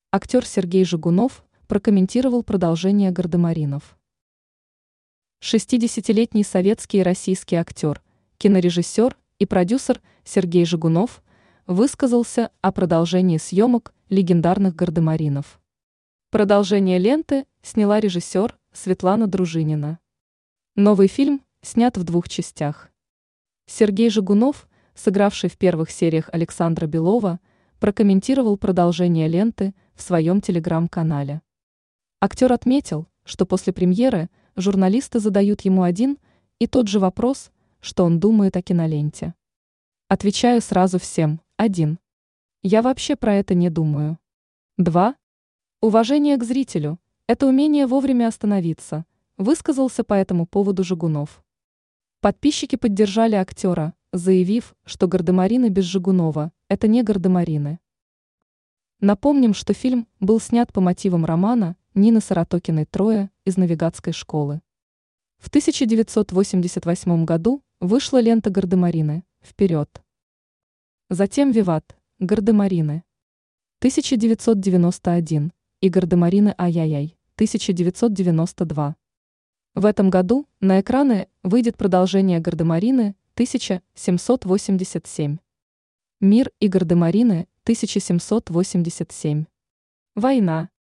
Актер Сергей Жигунов прокомментировал продолжение «Гардемаринов». 60-летний советский и российский актер, кинорежиссер и продюсер Сергей Жигунов высказался о продолжении съемок легендарных «Гардемаринов». Продолжение ленты сняла режиссер Светлана Дружинина. Новый фильм снят в 2 частях. Сергей Жигунов, сыгравший в первых сериях Александра Белова, прокомментировал продолжение ленты в своем телеграм-канале. Актер отметил, что после премьеры журналисты задают ему один и тот же вопрос, что он думает о киноленте. Отвечаю сразу всем: 1. Я вообще про это не думаю. 2. Уважение к зрителю – это умение вовремя остановиться, высказался по этому поводу Жигунов. Подписчики поддержали актера, заявив, что «Гардемарины» без Жигунова – это не «Гардемарины». Напомним, что фильм был снят по мотивам романа Нины Саротокиной «Трое» из Новигатской школы. В 1988 году вышла лента «Гардемарины. Вперед!». Затем «Виват! Гардемарины!», 1991 и «Гардемарины. Ай-яй-яй!», 1992. В этом году на экраны выйдет продолжение «Гардемарины. 1787». «Мир и Гардемарины. 1787». Война.